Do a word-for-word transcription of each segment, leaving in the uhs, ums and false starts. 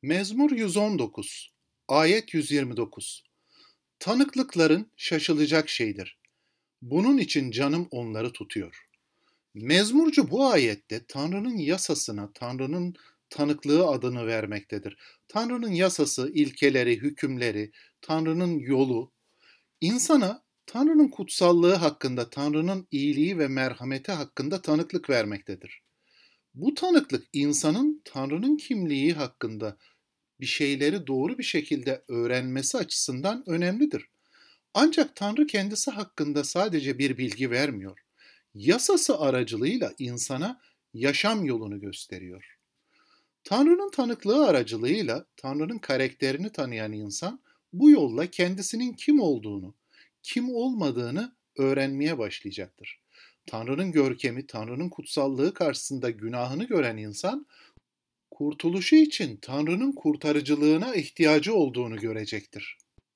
Mezmur yüz on dokuz, ayet yüz yirmi dokuz. Tanıklıkların şaşılacak şeydir. Bunun için canım onları tutuyor. Mezmurcu bu ayette Tanrı'nın yasasına, Tanrı'nın tanıklığı adını vermektedir. Tanrı'nın yasası, ilkeleri, hükümleri, Tanrı'nın yolu, insana Tanrı'nın kutsallığı hakkında, Tanrı'nın iyiliği ve merhameti hakkında tanıklık vermektedir. Bu tanıklık insanın Tanrı'nın kimliği hakkında bir şeyleri doğru bir şekilde öğrenmesi açısından önemlidir. Ancak Tanrı kendisi hakkında sadece bir bilgi vermiyor. Yasası aracılığıyla insana yaşam yolunu gösteriyor. Tanrı'nın tanıklığı aracılığıyla Tanrı'nın karakterini tanıyan insan bu yolla kendisinin kim olduğunu, kim olmadığını öğrenmeye başlayacaktır. Tanrı'nın görkemi, Tanrı'nın kutsallığı karşısında günahını gören insan kurtuluşu için Tanrı'nın kurtarıcılığına ihtiyacı olduğunu görecektir.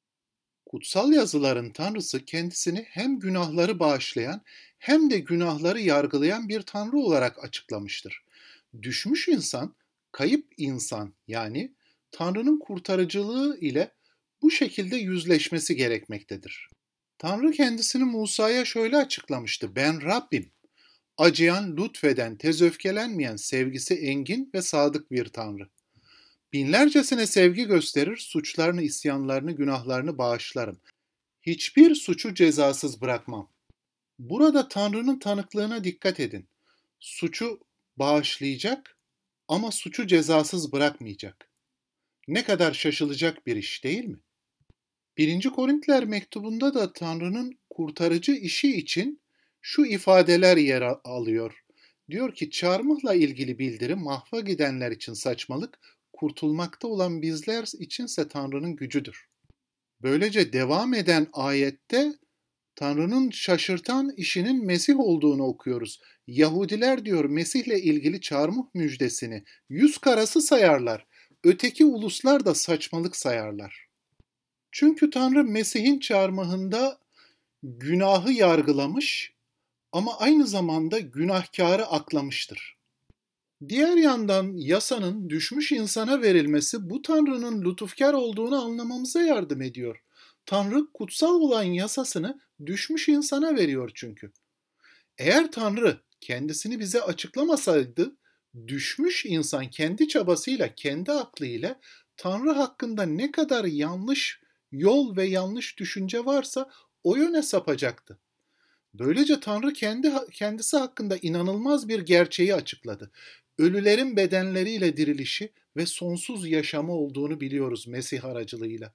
Kutsal yazıların Tanrısı kendisini hem günahları bağışlayan hem de günahları yargılayan bir Tanrı olarak açıklamıştır. Düşmüş insan, kayıp insan yani Tanrı'nın kurtarıcılığı ile bu şekilde yüzleşmesi gerekmektedir. Tanrı kendisini Musa'ya şöyle açıklamıştı: "Ben Rabbim, acıyan, lütfeden, tez öfkelenmeyen, sevgisi engin ve sadık bir Tanrı. Binlercesine sevgi gösterir, suçlarını, isyanlarını, günahlarını bağışlarım. Hiçbir suçu cezasız bırakmam." Burada Tanrı'nın tanıklığına dikkat edin. Suçu bağışlayacak ama suçu cezasız bırakmayacak. Ne kadar şaşılacak bir iş değil mi? Birinci Korintiler mektubunda da Tanrı'nın kurtarıcı işi için şu ifadeler yer alıyor. Diyor ki, çarmıhla ilgili bildirim mahva gidenler için saçmalık, kurtulmakta olan bizler içinse Tanrı'nın gücüdür. Böylece devam eden ayette Tanrı'nın şaşırtan işinin Mesih olduğunu okuyoruz. Yahudiler diyor Mesih'le ilgili çarmıh müjdesini yüz karası sayarlar. Öteki uluslar da saçmalık sayarlar. Çünkü Tanrı Mesih'in çarmıhında günahı yargılamış ama aynı zamanda günahkarı aklamıştır. Diğer yandan yasanın düşmüş insana verilmesi bu Tanrı'nın lütufkar olduğunu anlamamıza yardım ediyor. Tanrı kutsal olan yasasını düşmüş insana veriyor çünkü. Eğer Tanrı kendisini bize açıklamasaydı, düşmüş insan kendi çabasıyla, kendi aklıyla Tanrı hakkında ne kadar yanlış yol ve yanlış düşünce varsa o yöne sapacaktı. Böylece Tanrı kendi kendisi hakkında inanılmaz bir gerçeği açıkladı. Ölülerin bedenleriyle dirilişi ve sonsuz yaşamı olduğunu biliyoruz Mesih aracılığıyla.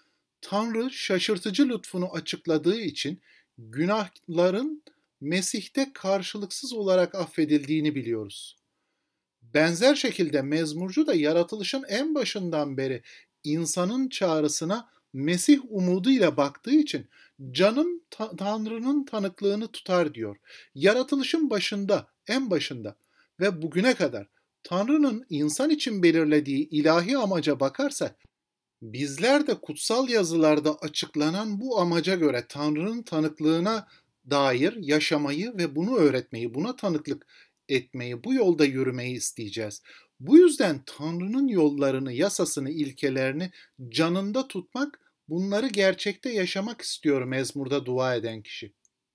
Tanrı şaşırtıcı lütfunu açıkladığı için günahların Mesih'te karşılıksız olarak affedildiğini biliyoruz. Benzer şekilde mezmurcu da yaratılışın en başından beri insanın çağrısına Mesih umuduyla baktığı için canım ta- Tanrı'nın tanıklığını tutar diyor. Yaratılışın başında, en başında ve bugüne kadar Tanrı'nın insan için belirlediği ilahi amaca bakarsak, bizler de kutsal yazılarda açıklanan bu amaca göre Tanrı'nın tanıklığına dair yaşamayı ve bunu öğretmeyi, buna tanıklık etmeyi, bu yolda yürümeyi isteyeceğiz. Bu yüzden Tanrı'nın yollarını, yasasını, ilkelerini canında tutmak, bunları gerçekte yaşamak istiyor mezmurda dua eden kişi.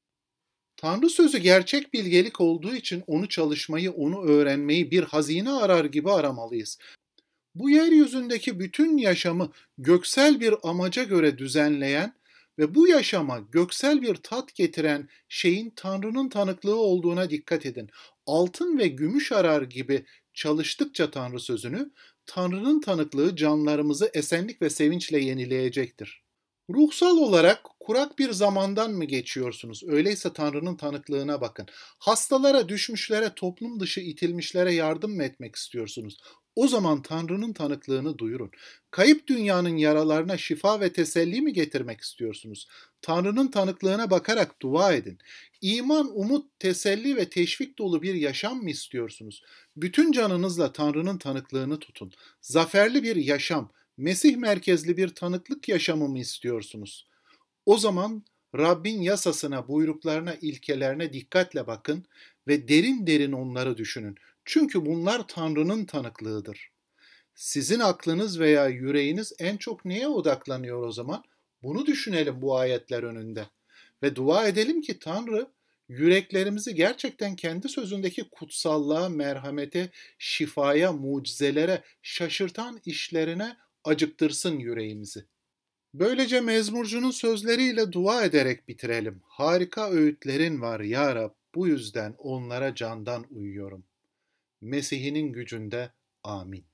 Tanrı sözü gerçek bilgelik olduğu için onu çalışmayı, onu öğrenmeyi bir hazine arar gibi aramalıyız. Bu yeryüzündeki bütün yaşamı göksel bir amaca göre düzenleyen ve bu yaşama göksel bir tat getiren şeyin Tanrı'nın tanıklığı olduğuna dikkat edin. Altın ve gümüş arar gibi çalıştıkça Tanrı sözünü, Tanrı'nın tanıklığı canlarımızı esenlik ve sevinçle yenileyecektir. Ruhsal olarak kurak bir zamandan mı geçiyorsunuz? Öyleyse Tanrı'nın tanıklığına bakın. Hastalara, düşmüşlere, toplum dışı itilmişlere yardım mı etmek istiyorsunuz? O zaman Tanrı'nın tanıklığını duyurun. Kayıp dünyanın yaralarına şifa ve teselli mi getirmek istiyorsunuz? Tanrı'nın tanıklığına bakarak dua edin. İman, umut, teselli ve teşvik dolu bir yaşam mı istiyorsunuz? Bütün canınızla Tanrı'nın tanıklığını tutun. Zaferli bir yaşam, Mesih merkezli bir tanıklık yaşamı mı istiyorsunuz? O zaman Rabbin yasasına, buyruklarına, ilkelerine dikkatle bakın ve derin derin onları düşünün. Çünkü bunlar Tanrı'nın tanıklığıdır. Sizin aklınız veya yüreğiniz en çok neye odaklanıyor o zaman? Bunu düşünelim bu ayetler önünde. Ve dua edelim ki Tanrı yüreklerimizi gerçekten kendi sözündeki kutsallığa, merhamete, şifaya, mucizelere, şaşırtan işlerine acıktırsın yüreğimizi. Böylece mezmurcunun sözleriyle dua ederek bitirelim. Harika öğütlerin var ya Rab, bu yüzden onlara candan uyuyorum. Mesih'inin gücünde. Amin.